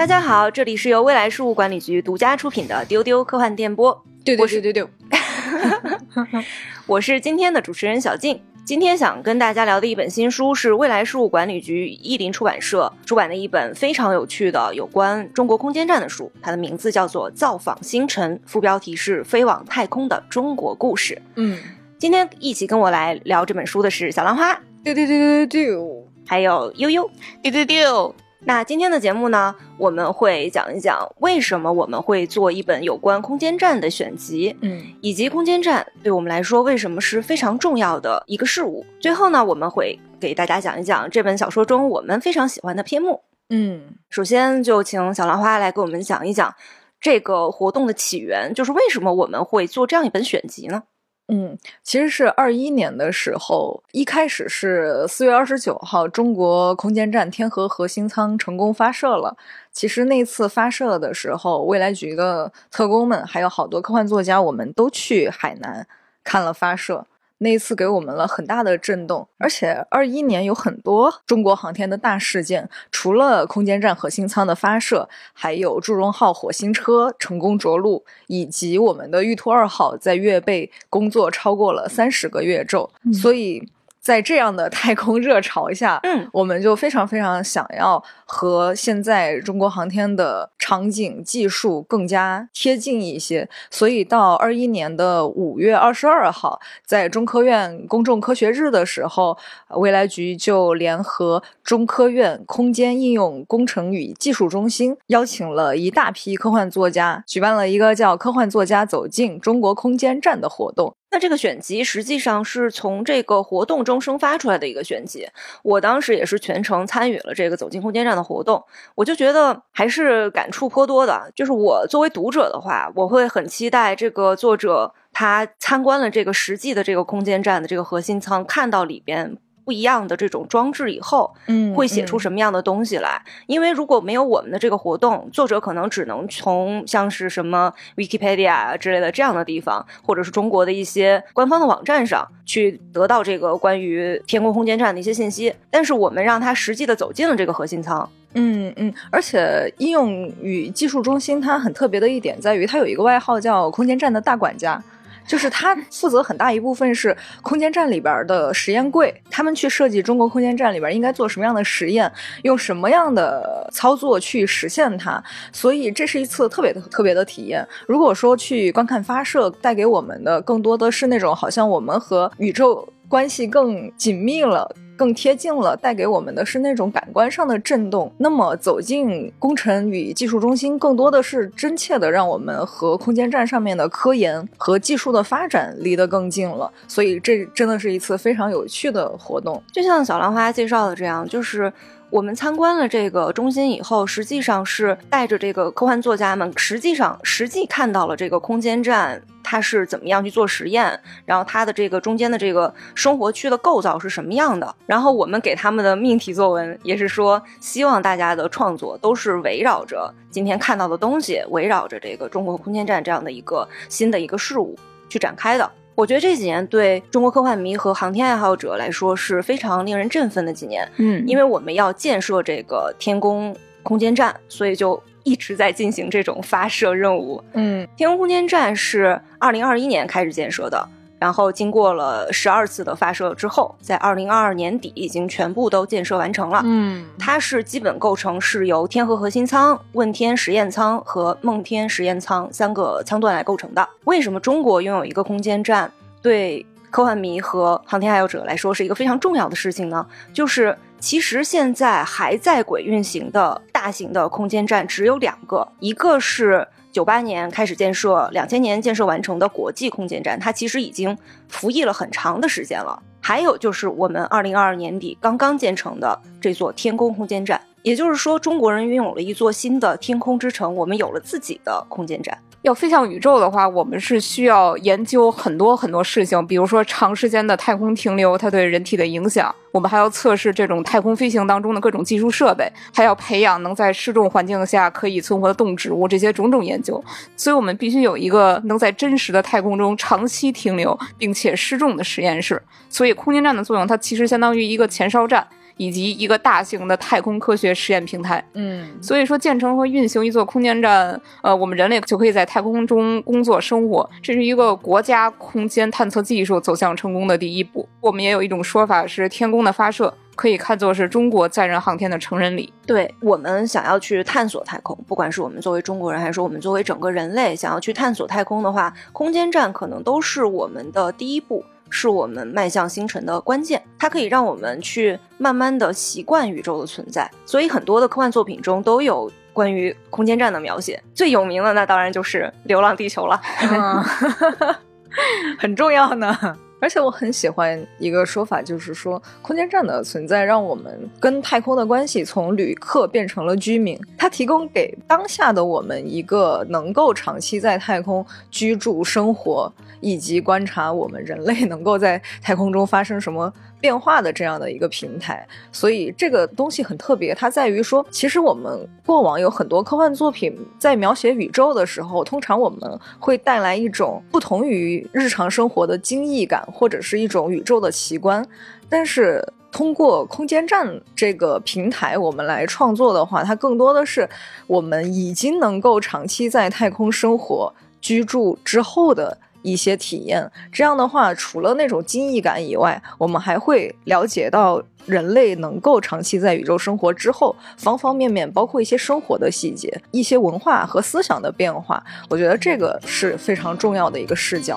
大家好，这里是由未来事务管理局独家出品的丢丢科幻电波。 丢丢丢丢丢， 我是今天的主持人小静。今天想跟大家聊的一本新书是未来事务管理局译林出版社出版的一本非常有趣的有关中国空间站的书，它的名字叫做《造访星辰》，副标题是飞往太空的中国故事。今天一起跟我来聊这本书的是小兰花， 丢丢丢丢丢， 还有悠悠， 丢丢丢。 那今天的节目呢，我们会讲一讲为什么我们会做一本有关空间站的选集，以及空间站对我们来说为什么是非常重要的一个事物。最后呢，我们会给大家讲一讲这本小说中我们非常喜欢的篇目。首先就请小兰花来给我们讲一讲这个活动的起源，就是为什么我们会做这样一本选集呢？ 其实是21年的时候，一开始是4月29号，中国空间站天河核心舱成功发射了。其实那次发射的时候，未来局的特工们还有好多科幻作家，我们都去海南看了发射。那一次给我们了很大的震动，而且21年有很多中国航天的大事件，除了空间站核心舱的发射，还有祝融号火星车成功着陆，以及我们的玉兔2号在月背工作超过了30个月昼。所以在这样的太空热潮下，我们就非常非常想要和现在中国航天的场景技术更加贴近一些，所以到21年的5月22号，在中科院公众科学日的时候，未来局就联合中科院空间应用工程与技术中心，邀请了一大批科幻作家，举办了一个叫科幻作家走进中国空间站的活动。 那这个选集实际上是从这个活动中生发出来的一个选集，我当时也是全程参与了这个走进空间站的活动，我就觉得还是感触颇多的。就是我作为读者的话，我会很期待这个作者他参观了这个实际的这个空间站的这个核心舱，看到里边不一样的这种装置以后，会写出什么样的东西来。因为如果没有我们的这个活动，作者可能只能从像是什么 Wikipedia 之类的这样的地方，或者是中国的一些官方的网站上去得到这个关于天宫空间站的一些信息，但是我们让他实际的走进了这个核心舱。 而且应用与技术中心它很特别的一点在于，它有一个外号叫空间站的大管家，就是他负责很大一部分是空间站里边的实验柜，他们去设计中国空间站里边应该做什么样的实验，用什么样的操作去实现它，所以这是一次特别的体验。如果说去观看发射，带给我们的更多的是那种好像我们和宇宙关系更紧密了，更贴近了，带给我们的是那种感官上的震动。那么走进工程与技术中心，更多的是真切的让我们和空间站上面的科研和技术的发展离得更近了。所以这真的是一次非常有趣的活动。 就像小兰花介绍的这样，就是我们参观了这个中心以后，实际上是带着这个科幻作家们实际看到了这个空间站它是怎么样去做实验，然后它的这个中间的这个生活区的构造是什么样的。然后我们给他们的命题作文也是说，希望大家的创作都是围绕着今天看到的东西，围绕着这个中国空间站这样的一个新的一个事物去展开的。我觉得这几年对中国科幻迷和航天爱好者来说是非常令人振奋的几年。因为我们要建设这个天宫空间站，所以就一直在进行这种发射任务。天宫空间站是2021年开始建设的，然后经过了12次的发射之后，在2022年底已经全部都建设完成了。它是基本构成是由天河核心舱、问天实验舱和梦天实验舱3个舱段来构成的。为什么中国拥有一个空间站对科幻迷和航天爱好者来说是一个非常重要的事情呢？就是其实现在还在轨运行的大型的空间站只有2个，一个是98年开始建设，2000年建设完成的国际空间站，它其实已经服役了很长的时间了。还有就是我们2022年底刚刚建成的这座天宫空间站，也就是说中国人拥有了一座新的天空之城，我们有了自己的空间站。 要飞向宇宙的话，我们是需要研究很多事情，比如说长时间的太空停留它对人体的影响，我们还要测试这种太空飞行当中的各种技术设备，还要培养能在失重环境下可以存活的动植物，这些种种研究。所以我们必须有一个能在真实的太空中长期停留并且失重的实验室。所以空间站的作用，它其实相当于一个前哨站， 以及一个大型的太空科学实验平台。所以说建成和运行一座空间站，我们人类就可以在太空中工作生活，这是一个国家空间探测技术走向成功的第一步。我们也有一种说法是天宫的发射可以看作是中国载人航天的成人礼。 对，我们想要去探索太空，不管是我们作为中国人还是我们作为整个人类想要去探索太空的话，空间站可能都是我们的第一步，是我们迈向星辰的关键。它可以让我们去慢慢的习惯宇宙的存在，所以很多的科幻作品中都有关于空间站的描写。最有名的那当然就是《流浪地球》了。 很重要呢。而且我很喜欢一个说法，就是说空间站的存在让我们跟太空的关系从旅客变成了居民，它提供给当下的我们一个能够长期在太空居住生活，以及观察我们人类能够在太空中发生什么变化的这样的一个平台。所以这个东西很特别，它在于说其实我们过往有很多科幻作品在描写宇宙的时候，通常我们会带来一种不同于日常生活的惊异感，或者是一种宇宙的奇观。但是通过空间站这个平台我们来创作的话，它更多的是我们已经能够长期在太空生活居住之后的一些体验。这样的话，除了那种惊异感以外，我们还会了解到人类能够长期在宇宙生活之后方方面面，包括一些生活的细节，一些文化和思想的变化。我觉得这个是非常重要的一个视角。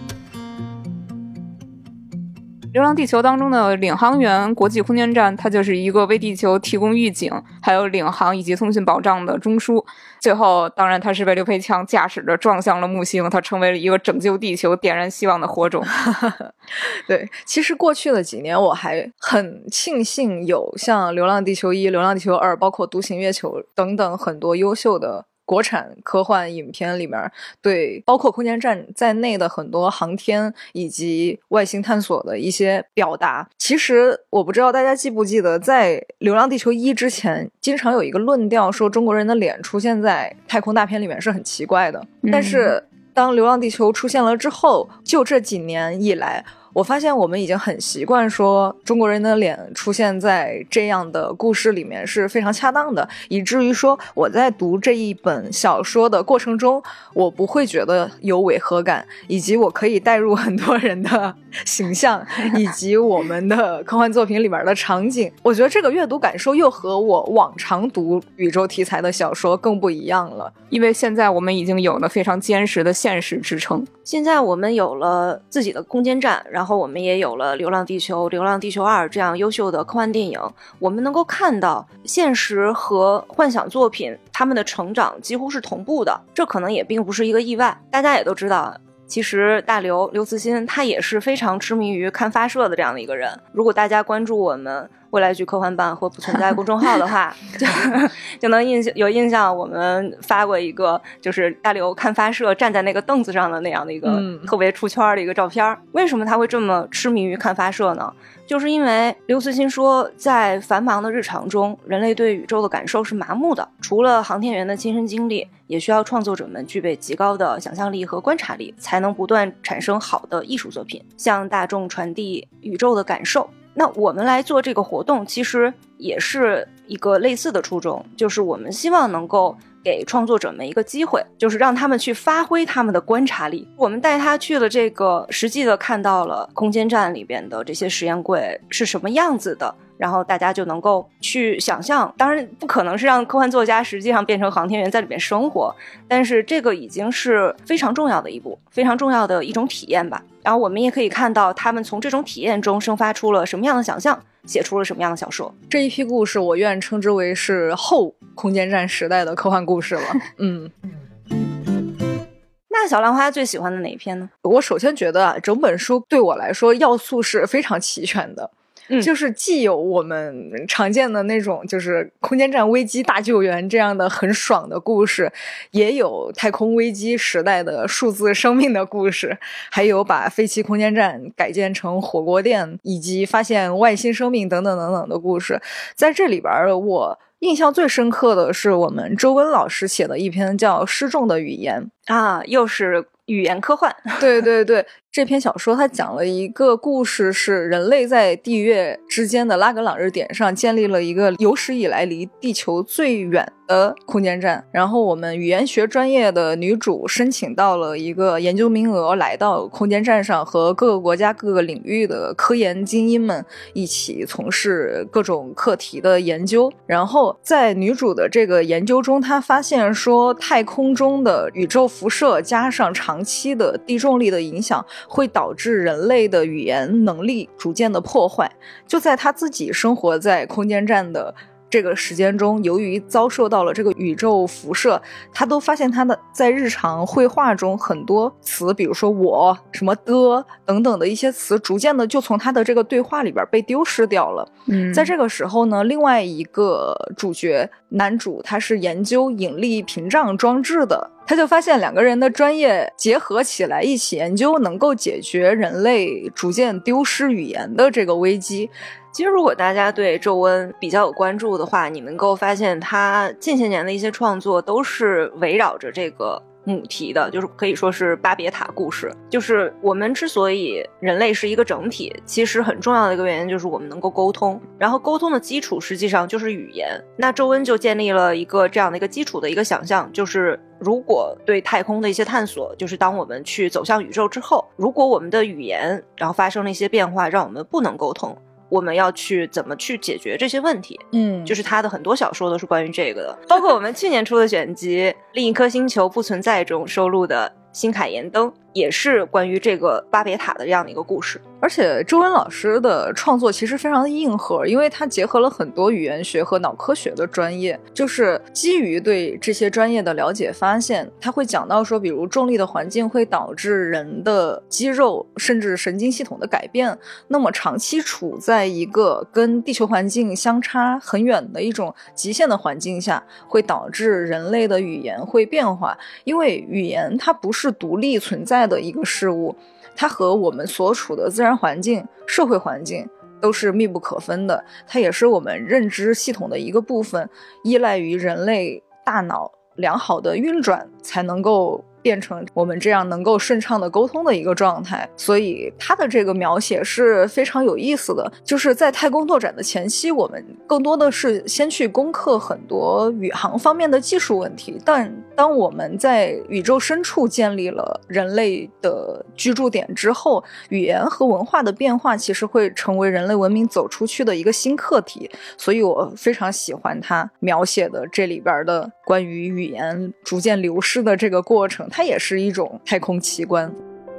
流浪地球当中的领航员国际空间站，它就是一个为地球提供预警还有领航以及通讯保障的中枢。最后当然它是被刘培强驾驶着撞向了木星，它成为了一个拯救地球点燃希望的火种。 对，其实过去的几年我还很庆幸有像流浪地球1、流浪地球2，包括独行月球等等很多优秀的国产科幻影片里面对包括空间站在内的很多航天以及外星探索的一些表达。其实我不知道大家记不记得，在流浪地球1之前经常有一个论调说中国人的脸出现在太空大片里面是很奇怪的，但是当流浪地球出现了之后，就这几年以来，我发现我们已经很习惯说中国人的脸出现在这样的故事里面是非常恰当的，以至于说我在读这一本小说的过程中，我不会觉得有违和感，以及我可以带入很多人的形象以及我们的科幻作品里面的场景。我觉得这个阅读感受又和我往常读宇宙题材的小说更不一样了， 因为现在我们已经有了非常坚实的现实支撑。 现在我们有了自己的空间站，然后我们也有了《流浪地球》《流浪地球2》这样优秀的科幻电影，我们能够看到现实和幻想作品他们的成长几乎是同步的，这可能也并不是一个意外。大家也都知道，其实大刘慈欣他也是非常痴迷于看发射的这样的一个人。如果大家关注我们未来局科幻办或不存在公众号的话就能有印象，我们发过一个就是大刘看发射站在那个凳子上的那样的一个特别出圈的一个照片。为什么他会这么痴迷于看发射呢？就是因为刘慈欣说，在繁忙的日常中，人类对宇宙的感受是麻木的，除了航天员的亲身经历，也需要创作者们具备极高的想象力和观察力，才能不断产生好的艺术作品，向大众传递宇宙的感受。那我们来做这个活动，其实也是一个类似的初衷，就是我们希望能够给创作者们一个机会，就是让他们去发挥他们的观察力。我们带他去了这个实际的看到了空间站里边的这些实验柜是什么样子的，然后大家就能够去想象。当然不可能是让科幻作家实际上变成航天员在里面生活，但是这个已经是非常重要的一步，非常重要的一种体验吧。然后我们也可以看到他们从这种体验中生发出了什么样的想象，写出了什么样的小说。 这一批故事我愿称之为是后空间站时代的科幻故事了。 那小兰花最喜欢的哪一篇呢？ 我首先觉得整本书对我来说要素是非常齐全的，就是既有我们常见的那种就是空间站危机大救援这样的很爽的故事，也有太空危机时代的数字生命的故事，还有把废弃空间站改建成火锅店以及发现外星生命等等等等的故事。在这里边我印象最深刻的是我们周温老师写的一篇叫《失重的语言》 啊，又是语言科幻。 对对对， 这篇小说它讲了一个故事，是人类在地月之间的拉格朗日点上建立了一个有史以来离地球最远的空间站，然后我们语言学专业的女主申请到了一个研究名额，来到空间站上和各个国家各个领域的科研精英们一起从事各种课题的研究。然后在女主的这个研究中，她发现说太空中的宇宙辐射加上长期的地重力的影响会导致人类的语言能力逐渐的破坏。就在她自己生活在空间站的这个时间中，由于遭受到了这个宇宙辐射，他都发现他的在日常绘画中很多词，比如说我、什么的等等的一些词，逐渐的就从他的这个对话里边被丢失掉了。在这个时候呢，另外一个主角男主他是研究引力屏障装置的，他就发现两个人的专业结合起来一起研究，能够解决人类逐渐丢失语言的这个危机。 其实如果大家对周温比较有关注的话，你能够发现他近些年的一些创作都是围绕着这个母题的，就是可以说是巴别塔故事。就是我们之所以人类是一个整体，其实很重要的一个原因就是我们能够沟通，然后沟通的基础实际上就是语言。那周温就建立了一个这样的一个基础的一个想象，就是如果对太空的一些探索，就是当我们去走向宇宙之后，如果我们的语言然后发生了一些变化，让我们不能沟通，我们要去怎么去解决这些问题。就是他的很多小说都是关于这个的，包括我们去年出的选集《另一颗星球不存在》中收录的新凯岩灯，也是关于这个巴别塔的这样的一个故事。 而且周文老师的创作其实非常的硬核，因为他结合了很多语言学和脑科学的专业，就是基于对这些专业的了解发现，他会讲到说，比如重力的环境会导致人的肌肉甚至神经系统的改变，那么长期处在一个跟地球环境相差很远的一种极限的环境下，会导致人类的语言会变化。因为语言它不是独立存在的一个事物，它和我们所处的自然环境、社会环境都是密不可分的，它也是我们认知系统的一个部分，依赖于人类大脑良好的运转才能够变成我们这样能够顺畅的沟通的一个状态。所以它的这个描写是非常有意思的，就是在太空拓展的前期，我们更多的是先去攻克很多宇航方面的技术问题，但当我们在宇宙深处建立了人类的居住点之后，语言和文化的变化其实会成为人类文明走出去的一个新课题。所以我非常喜欢他描写的这里边的关于语言逐渐流失的这个过程，它也是一种太空奇观。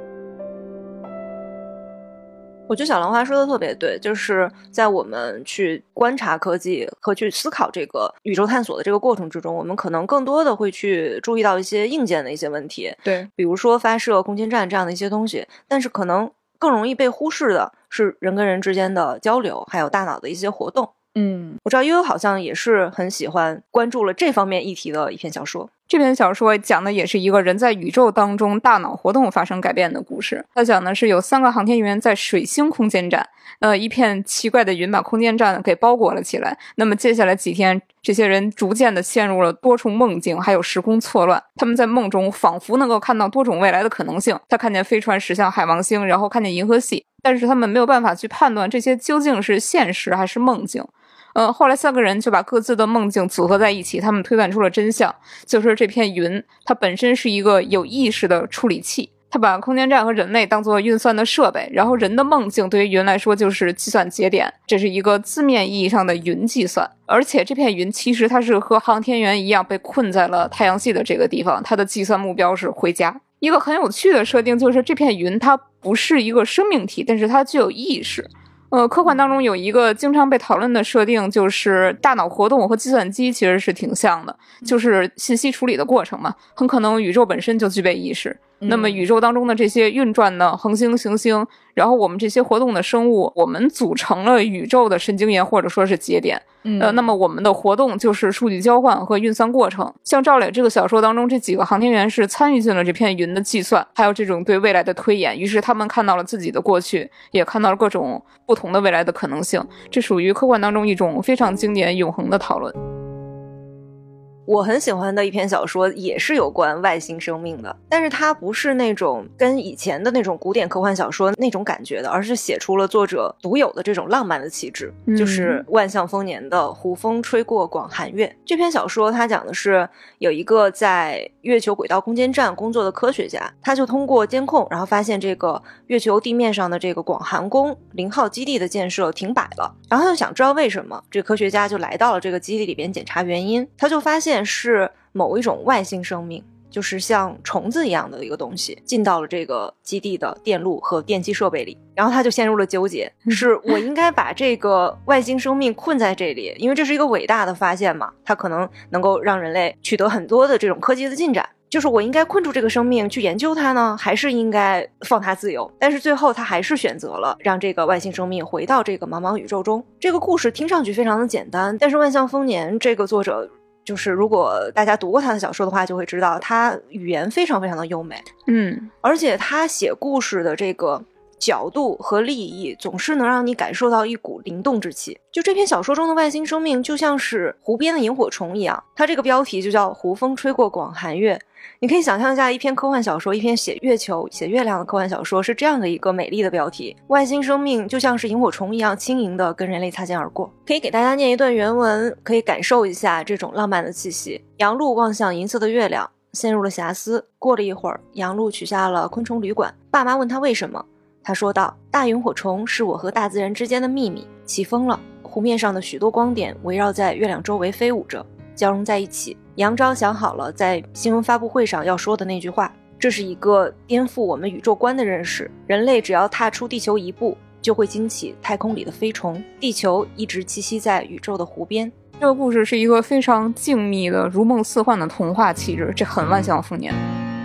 我觉得小兰花说的特别对，就是在我们去观察科技和去思考这个宇宙探索的这个过程之中，我们可能更多的会去注意到一些硬件的一些问题， 对， 比如说发射空间站这样的一些东西，但是可能更容易被忽视的是人跟人之间的交流，还有大脑的一些活动。我知道悠悠好像也是很喜欢关注了这方面议题的一篇小说。 这篇小说讲的也是一个人在宇宙当中大脑活动发生改变的故事。它讲的是有3个航天员在水星空间站，一片奇怪的云把空间站给包裹了起来。那么接下来几天，这些人逐渐的陷入了多重梦境，还有时空错乱。他们在梦中仿佛能够看到多种未来的可能性。他看见飞船驶向海王星，然后看见银河系，但是他们没有办法去判断这些究竟是现实还是梦境。后来3个人就把各自的梦境组合在一起，他们推断出了真相，就是这片云它本身是一个有意识的处理器，它把空间站和人类当作运算的设备，然后人的梦境对于云来说就是计算节点，这是一个字面意义上的云计算。而且这片云其实它是和航天员一样被困在了太阳系的这个地方，它的计算目标是回家。一个很有趣的设定就是这片云它不是一个生命体，但是它具有意识。科幻当中有一个经常被讨论的设定，就是大脑活动和计算机其实是挺像的，就是信息处理的过程嘛，很可能宇宙本身就具备意识。那么宇宙当中的这些运转的恒星行星，然后我们这些活动的生物，我们组成了宇宙的神经元或者说是节点。那么我们的活动就是数据交换和运算过程。像赵磊这个小说当中，这几个航天员是参与进了这片云的计算，还有这种对未来的推演，于是他们看到了自己的过去，也看到了各种不同的未来的可能性。这属于科幻当中一种非常经典永恒的讨论。 我很喜欢的一篇小说也是有关外星生命的，但是它不是那种跟以前的那种古典科幻小说那种感觉的，而是写出了作者独有的这种浪漫的气质，就是万象丰年的《胡风吹过广寒月》。这篇小说它讲的是有一个在月球轨道空间站工作的科学家，他就通过监控，然后发现这个月球地面上的这个广寒宫0号基地的建设停摆了，然后他就想知道为什么，这个科学家就来到了这个基地里边检查原因，他就发现是某一种外星生命，就是像虫子一样的一个东西进到了这个基地的电路和电气设备里，然后他就陷入了纠结，是我应该把这个外星生命困在这里，因为这是一个伟大的发现嘛，它可能能够让人类取得很多的这种科技的进展，就是我应该困住这个生命去研究它呢，还是应该放它自由？但是最后他还是选择了让这个外星生命回到这个茫茫宇宙中。这个故事听上去非常的简单，但是万象丰年这个作者，就是如果大家读过他的小说的话，就会知道他语言非常非常的优美，而且他写故事的这个角度和立意总是能让你感受到一股灵动之气。就这篇小说中的外星生命就像是湖边的萤火虫一样，它这个标题就叫胡风吹过广寒月，你可以想象一下，一篇科幻小说，一篇写月球写月亮的科幻小说是这样的一个美丽的标题，外星生命就像是萤火虫一样轻盈地跟人类擦肩而过。可以给大家念一段原文，可以感受一下这种浪漫的气息。杨璐望向银色的月亮，陷入了遐思。过了一会儿，杨璐取下了昆虫旅馆，爸妈问他为什么，他说道，大萤火虫是我和大自然之间的秘密。起风了，湖面上的许多光点围绕在月亮周围飞舞着，交融在一起。杨昭想好了在新闻发布会上要说的那句话，这是一个颠覆我们宇宙观的认识，人类只要踏出地球一步，就会惊起太空里的飞虫，地球一直栖息在宇宙的湖边。 这个故事是一个非常静谧的如梦似幻的童话气质，这很万象丰年。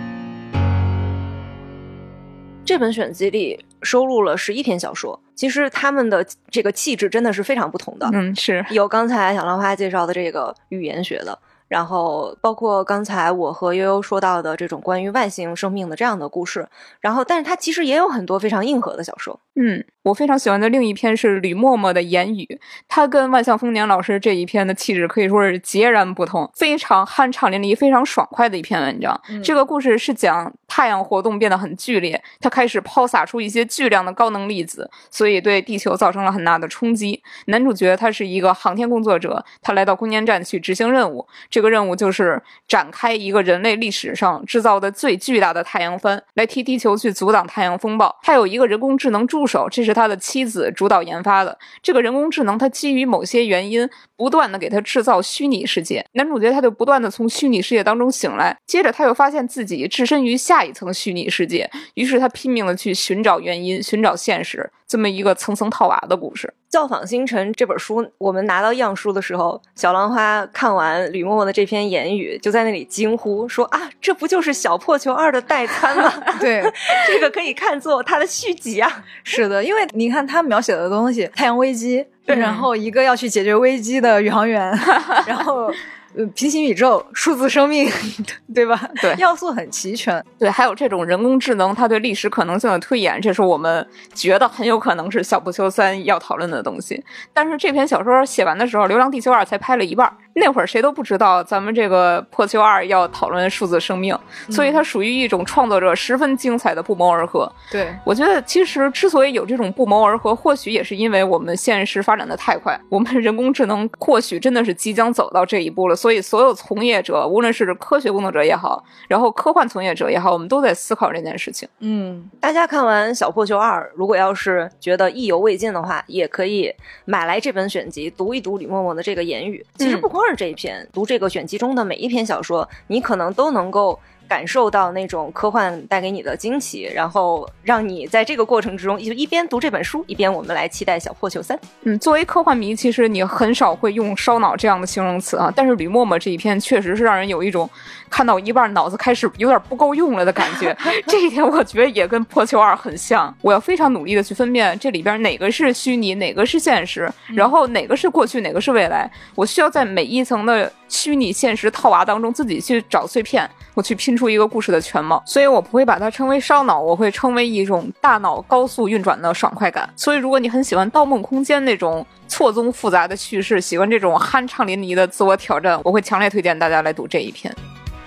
这本选集里收录了11篇小说，其实他们的这个气质真的是非常不同的。 是有刚才小浪花介绍的这个语言学的，然后包括刚才我和悠悠说到的这种关于外星生命的这样的故事，然后但是它其实也有很多非常硬核的小说。 我非常喜欢的另一篇是吕默默的言语，他跟万象丰年老师这一篇的气质可以说是截然不同，非常酣畅淋漓非常爽快的一篇文章。这个故事是讲太阳活动变得很剧烈，它开始抛洒出一些巨量的高能粒子，所以对地球造成了很大的冲击。男主角他是一个航天工作者，他来到空间站去执行任务，这个任务就是展开一个人类历史上制造的最巨大的太阳帆，来替地球去阻挡太阳风暴。他有一个人工智能助手，这是他的妻子主导研发的。这个人工智能它基于某些原因不断的给他制造虚拟世界，男主角他就不断的从虚拟世界当中醒来，接着他又发现自己置身于下一层虚拟世界，于是他拼命的去寻找原因，寻找现实，这么一个层层套娃的故事。 造访星辰这本书我们拿到样书的时候，小浪花看完吕默默的这篇言语就在那里惊呼说啊，这不就是小破球2的代餐吗？ 对， 这个可以看作它的续集啊。 是的，因为你看他描写的东西，太阳危机，然后一个要去解决危机的宇航员，然后平行宇宙，数字生命，对吧？ 对， 要素很齐全。 对，还有这种人工智能它对历史可能性的推演，这是我们觉得很有可能是小破球3要讨论的东西。但是这篇小说写完的时候，流浪地球2才拍了一半，那会儿谁都不知道咱们这个破球2要讨论数字生命，所以它属于一种创作者十分精彩的不谋而合。 对， 我觉得其实之所以有这种不谋而合，或许也是因为我们现实发展的太快，我们人工智能或许真的是即将走到这一步了，所以所有从业者，无论是科学工作者也好，然后科幻从业者也好，我们都在思考这件事情。 大家看完小破球2，如果要是觉得意犹未尽的话，也可以买来这本选集读一读吕默默的这个言语。其实不光是这一篇，读这个选集中的每一篇小说，你可能都能够感受到那种科幻带给你的惊奇，然后让你在这个过程之中一边读这本书，一边我们来期待小破球3。 作为科幻迷，其实你很少会用烧脑这样的形容词啊，但是吕默默这一篇确实是让人有一种看到一半脑子开始有点不够用了的感觉。这一点我觉得也跟破球2很像，我要非常努力的去分辨这里边哪个是虚拟，哪个是现实，然后哪个是过去，哪个是未来，我需要在每一层的虚拟现实套娃当中自己去找碎片，我去拼出一个故事的全貌。所以我不会把它称为烧脑，我会称为一种大脑高速运转的爽快感。所以如果你很喜欢《盗梦空间》那种错综复杂的叙事，喜欢这种酣畅淋漓的自我挑战，我会强烈推荐大家来读这一篇。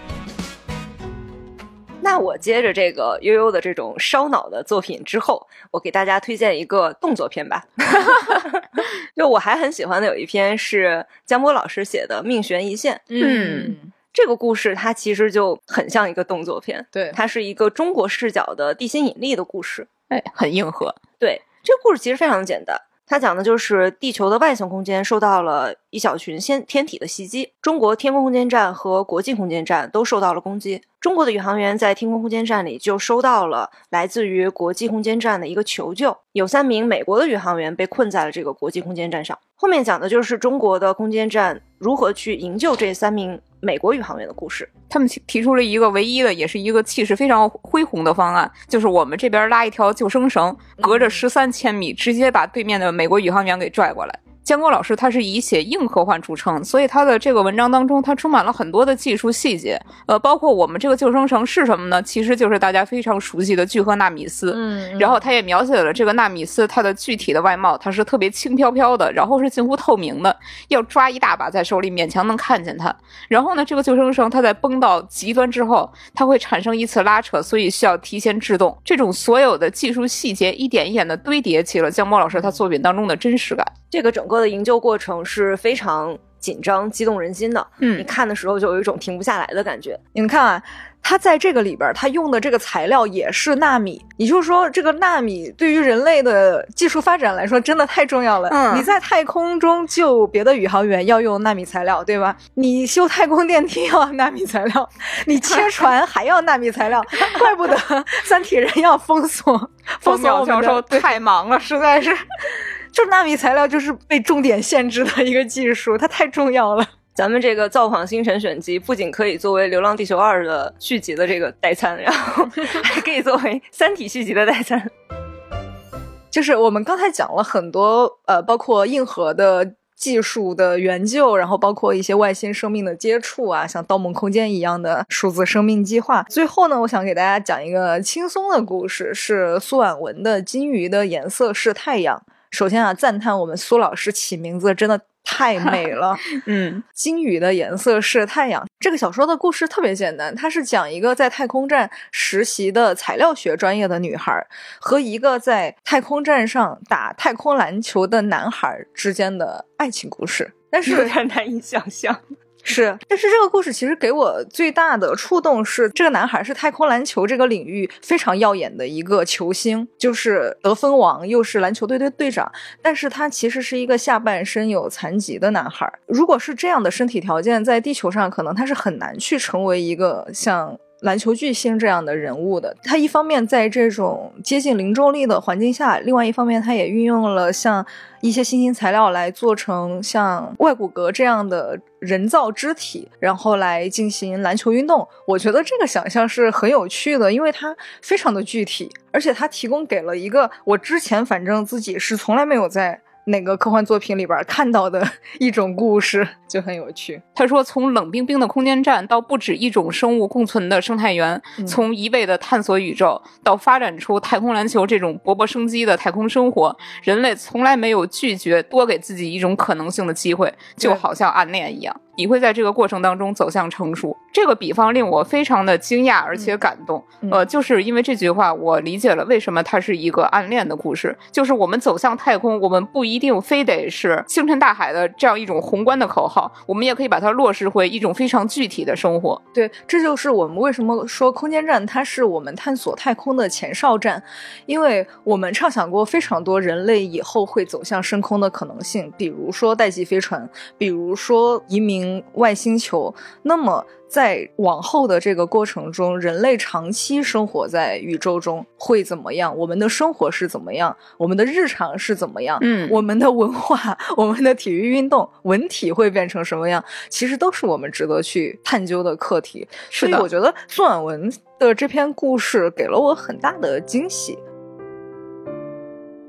那我接着这个悠悠的这种烧脑的作品之后，我给大家推荐一个动作片吧。就我还很喜欢的有一篇是江波老师写的《命悬一线》。这个故事它其实就很像一个动作片， 对， 它是一个中国视角的地心引力的故事。 很硬核。 对，这个故事其实非常简单，它讲的就是地球的外层空间受到了一小群天体的袭击，中国天空空间站和国际空间站都受到了攻击。中国的宇航员在天空空间站里就收到了来自于国际空间站的一个求救，有3名美国的宇航员被困在了这个国际空间站上。后面讲的就是中国的空间站如何去营救这3名美国宇航员的故事。 他们提出了一个唯一的也是一个气势非常恢宏的方案，就是我们这边拉一条救生绳，隔着13千米直接把对面的美国宇航员给拽过来。江波老师他是以写硬科幻著称，所以他的这个文章当中他充满了很多的技术细节，包括我们这个救生绳是什么呢？其实就是大家非常熟悉的聚合纳米丝。然后他也描写了这个纳米丝它的具体的外貌，它是特别轻飘飘的，然后是近乎透明的，要抓一大把在手里勉强能看见它。然后呢，这个救生绳它在绷到极端之后，它会产生一次拉扯，所以需要提前制动。这种所有的技术细节一点一点的堆叠起了江波老师他作品当中的真实感。 这个整个的营救过程是非常紧张激动人心的，你看的时候就有一种停不下来的感觉。 你们看啊，它在这个里边它用的这个材料也是纳米，也就是说这个纳米对于人类的技术发展来说真的太重要了。你在太空中救别的宇航员要用纳米材料，对吧？你修太空电梯要纳米材料，你切船还要纳米材料，怪不得三体人要封锁我们教授太忙了，实在是就纳米材料就是被重点限制的一个技术，它太重要了。 咱们这个造访星辰选集不仅可以作为流浪地球2的续集的这个代餐，然后还可以作为三体续集的代餐。 就是我们刚才讲了很多包括硬核的技术的研究，然后包括一些外星生命的接触啊，像盗梦空间一样的数字生命计划。最后呢，我想给大家讲一个轻松的故事，是苏婉文的《金鱼的颜色是太阳》。首先啊，赞叹我们苏老师起名字真的太美了。金鱼的颜色是太阳。这个小说的故事特别简单，它是讲一个在太空站实习的材料学专业的女孩和一个在太空站上打太空篮球的男孩之间的爱情故事。但是有点难以想象。 但是这个故事其实给我最大的触动是，这个男孩是太空篮球这个领域非常耀眼的一个球星，就是得分王，又是篮球队队长，但是他其实是一个下半身有残疾的男孩。如果是这样的身体条件，在地球上可能他是很难去成为一个像篮球巨星这样的人物的。他一方面在这种接近零重力的环境下，另外一方面他也运用了像一些新型材料来做成像外骨骼这样的人造肢体，然后来进行篮球运动。我觉得这个想象是很有趣的，因为它非常的具体，而且它提供给了一个我之前反正自己是从来没有在哪个科幻作品里边看到的一种故事，就很有趣。 他说从冷冰冰的空间站到不止一种生物共存的生态园，从一味的探索宇宙到发展出太空篮球这种勃勃生机的太空生活，人类从来没有拒绝多给自己一种可能性的机会，就好像暗恋一样，你会在这个过程当中走向成熟。这个比方令我非常的惊讶而且感动。就是因为这句话我理解了为什么它是一个暗恋的故事，就是我们走向太空，我们不一定非得是星辰大海的这样一种宏观的口号，我们也可以把它落实回一种非常具体的生活。 对，这就是我们为什么说空间站它是我们探索太空的前哨站，因为我们畅想过非常多人类以后会走向深空的可能性，比如说代际飞船，比如说移民外星球。那么在往后的这个过程中，人类长期生活在宇宙中会怎么样？我们的生活是怎么样？我们的日常是怎么样？我们的文化，我们的体育运动，文体会变成什么样？其实都是我们值得去探究的课题。所以我觉得苏婉文的这篇故事给了我很大的惊喜。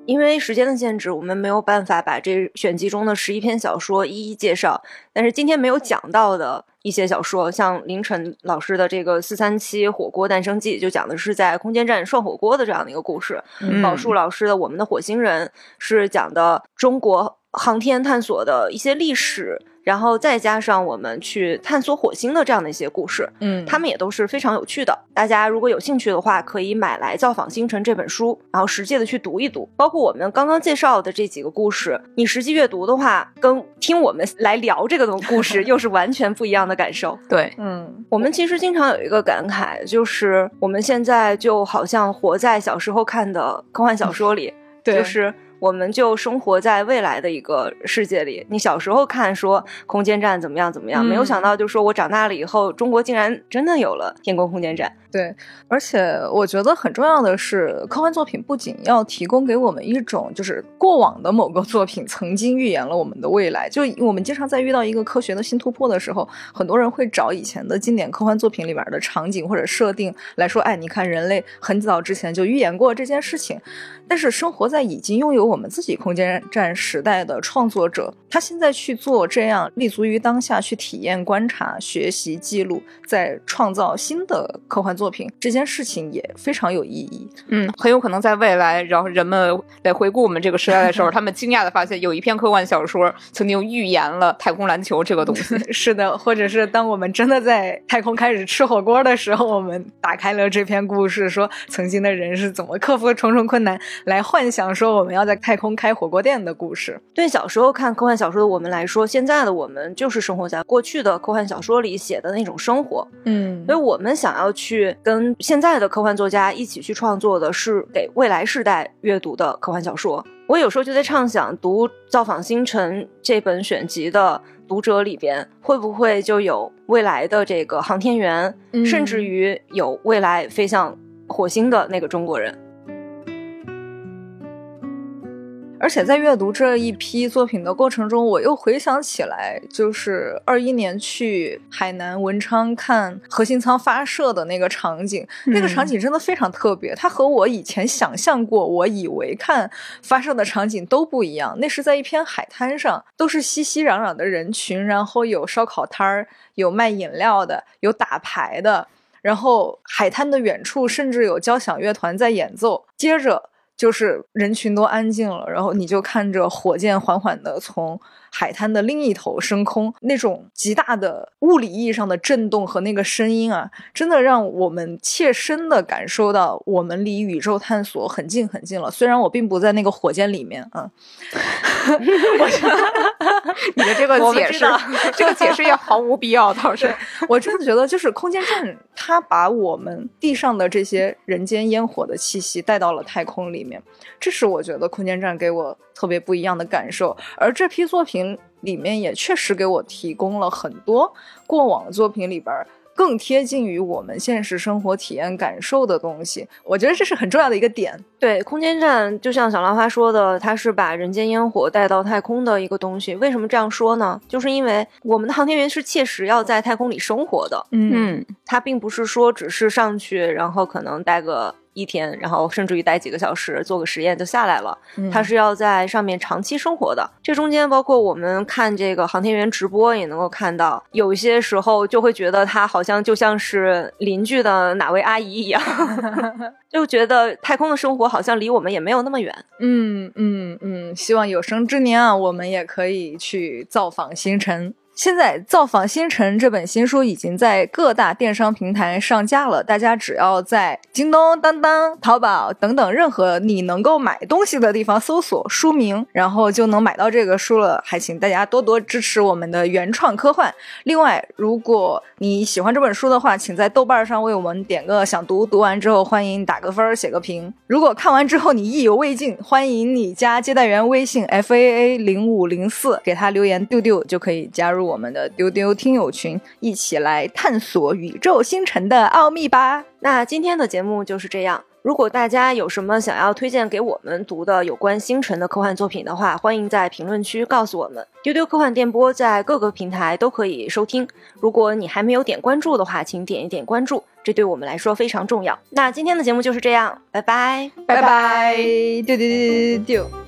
因为时间的限制，我们没有办法把这选集中的11篇小说一一介绍，但是今天没有讲到的一些小说，像林晨老师的这个437火锅诞生记，就讲的是在空间站涮火锅的这样的一个故事。宝树老师的我们的火星人是讲的中国航天探索的一些历史，然后再加上我们去探索火星的这样的一些故事，他们也都是非常有趣的。大家如果有兴趣的话，可以买来《造访星辰》这本书，然后实际的去读一读。包括我们刚刚介绍的这几个故事，你实际阅读的话，跟听我们来聊这个故事又是完全不一样的感受。 对， 我们其实经常有一个感慨，就是我们现在就好像活在小时候看的科幻小说里， 对， 就是我们就生活在未来的一个世界里。你小时候看说空间站怎么样怎么样，没有想到就说我长大了以后，中国竟然真的有了天宫空间站。 对，而且我觉得很重要的是，科幻作品不仅要提供给我们一种就是过往的某个作品曾经预言了我们的未来，就我们经常在遇到一个科学的新突破的时候，很多人会找以前的经典科幻作品里边的场景或者设定来说，哎，你看人类很早之前就预言过这件事情。但是生活在已经拥有我们自己空间站时代的创作者，他现在去做这样立足于当下去体验、观察、学习、记录，再创造新的科幻作品，这件事情也非常有意义。 很有可能在未来，然后人们来回顾我们这个时代的时候，他们惊讶的发现有一篇科幻小说曾经预言了太空篮球这个东西。 是的，或者是当我们真的在太空开始吃火锅的时候，我们打开了这篇故事，说曾经的人是怎么克服重重困难来幻想说我们要在太空开火锅店的故事。 对小时候看科幻小说的我们来说，现在的我们就是生活在过去的科幻小说里写的那种生活。所以我们想要去跟现在的科幻作家一起去创作的是给未来世代阅读的科幻小说。我有时候就在畅想，读《造访星辰》这本选集的读者里边，会不会就有未来的这个航天员，甚至于有未来飞向火星的那个中国人。 而且在阅读这一批作品的过程中，我又回想起来，就是21年去海南文昌看核心舱发射的那个场景，那个场景真的非常特别，它和我以前想象过我以为看发射的场景都不一样。那是在一片海滩上，都是熙熙攘攘的人群，然后有烧烤摊儿，有卖饮料的，有打牌的，然后海滩的远处甚至有交响乐团在演奏，接着就是人群都安静了，然后你就看着火箭缓缓地从海滩的另一头升空，那种极大的物理意义上的震动和那个声音啊，真的让我们切身地感受到我们离宇宙探索很近很近了。虽然我并不在那个火箭里面啊。 你的这个解释，这个解释也毫无必要，倒是。 我真的觉得，就是空间站，它把我们地上的这些人间烟火的气息带到了太空里面，这是我觉得空间站给我特别不一样的感受。而这批作品里面也确实给我提供了很多过往作品里边更贴近于我们现实生活体验感受的东西，我觉得这是很重要的一个点。 对，空间站就像小浪花说的，它是把人间烟火带到太空的一个东西。为什么这样说呢？就是因为我们的航天员是切实要在太空里生活的。它并不是说只是上去然后可能待个1天，然后甚至于待几个小时做个实验就下来了，它是要在上面长期生活的。这中间包括我们看这个航天员直播也能够看到，有一些时候就会觉得他好像就像是邻居的哪位阿姨一样就觉得太空的生活好像离我们也没有那么远。 希望有生之年啊，我们也可以去造访星辰。现在《造访星辰》这本新书已经在各大电商平台上架了，大家只要在京东、当当、淘宝等等任何你能够买东西的地方搜索书名，然后就能买到这个书了。还请大家多多支持我们的原创科幻。另外，如果你喜欢这本书的话，请在豆瓣上为我们点个想读，读完之后欢迎打个分写个评。如果看完之后你意犹未尽，欢迎你加接待员微信 FAA0504 给他留言丢丢，就可以加入我们的丢丢听友群，一起来探索宇宙星辰的奥秘吧。 那今天的节目就是这样， 如果大家有什么想要推荐给我们读的有关星辰的科幻作品的话，欢迎在评论区告诉我们。丢丢科幻电波在各个平台都可以收听，如果你还没有点关注的话，请点一点关注，这对我们来说非常重要。那今天的节目就是这样，拜拜， 拜拜，丢丢丢丢丢。